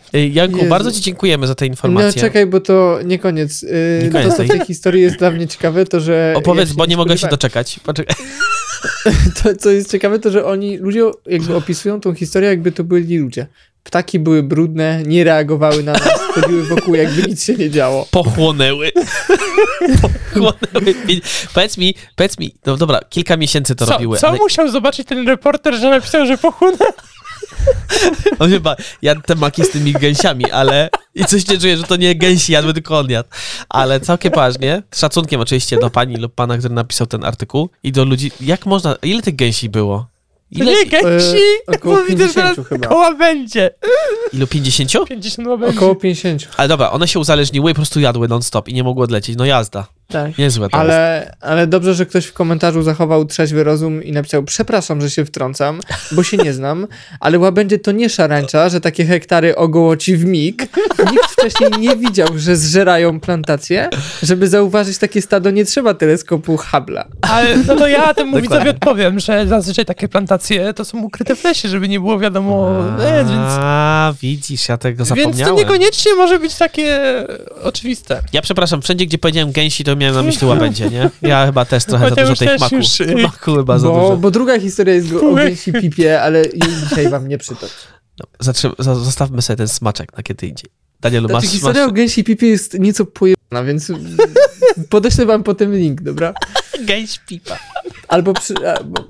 Janku, Jezu. bardzo ci dziękujemy za te informacje. No czekaj, bo to nie koniec. Yy, Nie koniec to, co w tej historii jest dla mnie ciekawe, to że... Opowiedz, ja bo nie mogę się spodziewałem. doczekać. Poczekaj. To, co jest ciekawe, to że oni, ludzie jakby opisują tą historię, jakby to byli ludzie. Ptaki były brudne, nie reagowały na nas, chodziły wokół, jakby nic się nie działo. Pochłonęły. Pochłonęły. Powiedz mi, powiedz mi, no dobra, kilka miesięcy to Co, robiły, co ale musiał zobaczyć ten reporter, że napisał, że pochłonęły? on chyba jadł te maki z tymi gęsiami, ale i coś nie czuję, że to nie gęsi jadły, tylko on jadł. Ale całkiem poważnie, z szacunkiem oczywiście do pani lub pana, który napisał ten artykuł i do ludzi, jak można, ile tych gęsi było? To Ile, nie gęsi, E, około bo widzę, że teraz pięćdziesiąt chyba. koła będzie. ilu, pięćdziesięciu? pięćdziesiąt łabędzi. Około pięćdziesiąt. Ale dobra, one się uzależniły i po prostu jadły non-stop i nie mogły odlecieć. No jazda. Tak. Niezłe to jest. Ale, ale dobrze, że ktoś w komentarzu zachował trzeźwy rozum i napisał: przepraszam, że się wtrącam, bo się nie znam, ale łabędzie to nie szarańcza, że takie hektary ogołoci w mig. Nikt wcześniej nie widział, że zżerają plantacje. Żeby zauważyć takie stado, nie trzeba teleskopu Hubble'a. Ale no to ja temu Dokładnie. widzowi odpowiem, że zazwyczaj takie plantacje to są ukryte w lesie, żeby nie było wiadomo, e, więc, A, widzisz, ja tego więc to zapomniałem. niekoniecznie może być takie oczywiste. Ja przepraszam, wszędzie gdzie powiedziałem gęsi, to miałem na myśli łabędzie, nie? Ja chyba też trochę za dużo Mateusz tych też maku. już, y, Maku chyba za Bo, dużo. bo druga historia jest o gęsi pipie, ale jej dzisiaj wam nie przytoczę. No, zatrzyma, za- zostawmy sobie ten smaczek na kiedy indziej. Danielu, Znaczy, masz... historia masz... o gęsi pipie jest nieco pojemna, więc podeślę wam potem link, dobra? Gęś pipa. Albo przy... Albo...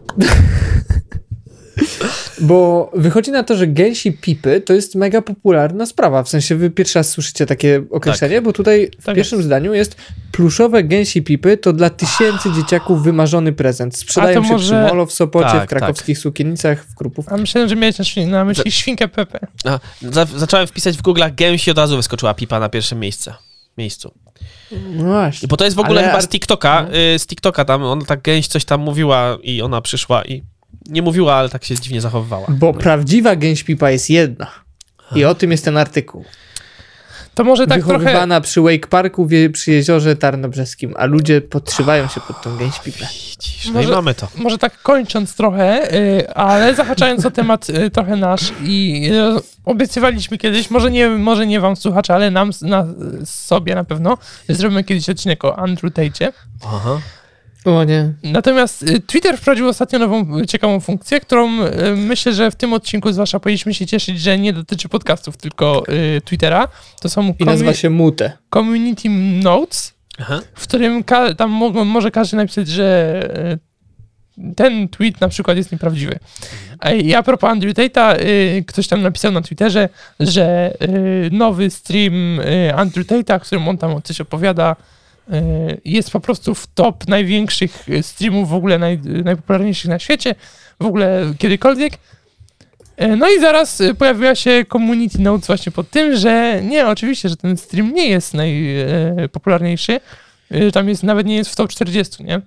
Bo wychodzi na to, że gęsi pipy to jest mega popularna sprawa. W sensie wy pierwszy raz słyszycie takie określenie, Tak. bo tutaj w Tak pierwszym jest. zdaniu jest pluszowe gęsi pipy to dla tysięcy dzieciaków wymarzony prezent. Sprzedają A to się może- przy Molo w Sopocie, Tak, w krakowskich sukienicach, w Krupów. A myślałem, że miałeś na, świ- na myśli świnkę Pepe. A, za, zacząłem wpisać w Google'ach gęś i od razu wyskoczyła pipa na pierwszym miejsce. miejscu. No właśnie. Bo to jest w ogóle Ale chyba art- z TikToka, no. y, z TikToka tam, ona tak gęś coś tam mówiła i ona przyszła i nie mówiła, ale tak się dziwnie zachowywała. Bo prawdziwa gęś pipa jest jedna. I o tym jest ten artykuł. To może tak trochę... Wychowywana przy Wake Parku wie, przy jeziorze Tarnobrzeskim, a ludzie podszywają się pod tą gęś pipę. Widzisz, no Może- i mamy to. Może tak kończąc trochę, y, ale zahaczając o temat y, trochę nasz i y, obiecywaliśmy kiedyś, może nie, może nie wam słuchacze, ale nam s- na, sobie na pewno, że zrobimy kiedyś odcinek o Andrew Tate'cie. Aha. O nie. Natomiast y, Twitter wprowadził ostatnio nową, y, ciekawą funkcję, którą y, myślę, że w tym odcinku zwłaszcza powinniśmy się cieszyć, że nie dotyczy podcastów, tylko y, Twittera. To są I nazywa commu- się Mute. Community Notes, Aha. w którym ka- tam mogą, może każdy napisać, że y, ten tweet na przykład jest nieprawdziwy. A ja propos Andrew Tate'a, y, ktoś tam napisał na Twitterze, że y, nowy stream y, Andrew Tate'a, w którym on tam coś opowiada, y, jest po prostu w top największych y, streamów w ogóle, naj, najpopularniejszych na świecie, w ogóle kiedykolwiek. Y, No i zaraz y, pojawiła się community notes właśnie pod tym, że nie, oczywiście, że ten stream nie jest najpopularniejszy, y, tam jest, nawet nie jest w top czterdzieści, nie?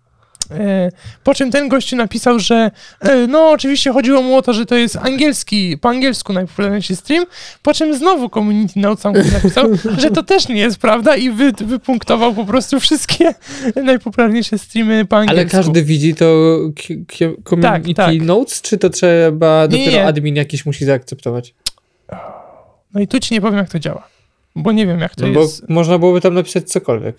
E, Po czym ten gościu napisał, że e, no oczywiście chodziło mu o to, że to jest angielski, po angielsku najpopularniejszy stream, po czym znowu Community Note sam napisał, że to też nie jest prawda i wy, wypunktował po prostu wszystkie najpopularniejsze streamy po angielsku. Ale każdy widzi to ki- ki- Community Tak, tak. Notes, czy to trzeba Nie, dopiero nie. admin jakiś musi zaakceptować? No i tu ci nie powiem, jak to działa, bo nie wiem, jak to No bo jest. można byłoby tam napisać cokolwiek.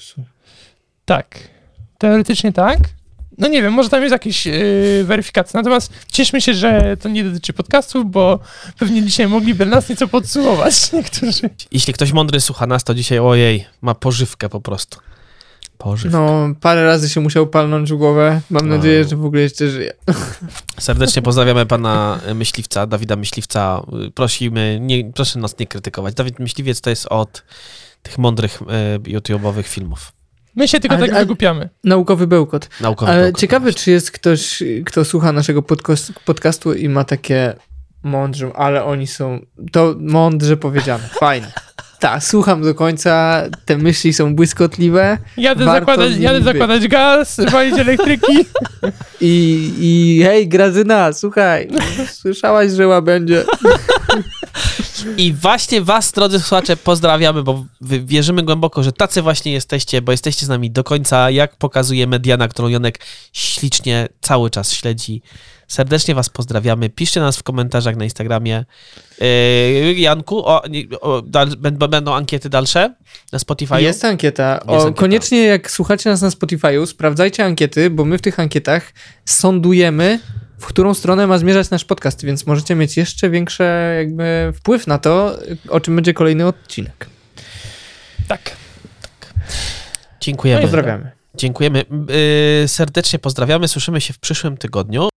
Tak, teoretycznie tak. No nie wiem, może tam jest jakieś yy, weryfikacja. Natomiast cieszmy się, że to nie dotyczy podcastów, bo pewnie dzisiaj mogliby nas nieco podsumować niektórzy. Jeśli ktoś mądry słucha nas, to dzisiaj ojej, ma pożywkę po prostu. Pożywkę. No, parę razy się musiał palnąć w głowę. Mam No. nadzieję, że w ogóle jeszcze żyje. Serdecznie pozdrawiamy pana Myśliwca, Dawida Myśliwca. Prosimy, nie, proszę nas nie krytykować. Dawid Myśliwiec to jest od tych mądrych e, YouTube'owych filmów. My się tylko Ale- tak ale- wygłupiamy. Naukowy bełkot. Naukowy Ale bełkot, ciekawe, właśnie. czy jest ktoś, kto słucha naszego podcastu, podcastu i ma takie mądrze, ale oni są... To mądrze powiedziane. Fajne. Tak, słucham do końca, te myśli są błyskotliwe Jadę, Warto zakładać, z nimi jadę być. zakładać gaz, walić elektryki. i, i hej, Grażyna, słuchaj, słyszałaś, że łabędzie... I właśnie was, drodzy słuchacze, pozdrawiamy, bo wy- wierzymy głęboko, że tacy właśnie jesteście, bo jesteście z nami do końca, jak pokazuje Mediana, którą Jonek ślicznie cały czas śledzi. Serdecznie was pozdrawiamy. Piszcie nas w komentarzach na Instagramie. Yy, Janku, o, o, dal, będą ankiety dalsze na Spotify? Jest ankieta. O, Jest ankieta. Koniecznie jak słuchacie nas na Spotify'u, sprawdzajcie ankiety, bo my w tych ankietach sądujemy, w którą stronę ma zmierzać nasz podcast, więc możecie mieć jeszcze większy jakby wpływ na to, o czym będzie kolejny odcinek. Tak. Dziękujemy. Pozdrawiamy. Dziękujemy. Yy, serdecznie pozdrawiamy. Słyszymy się w przyszłym tygodniu.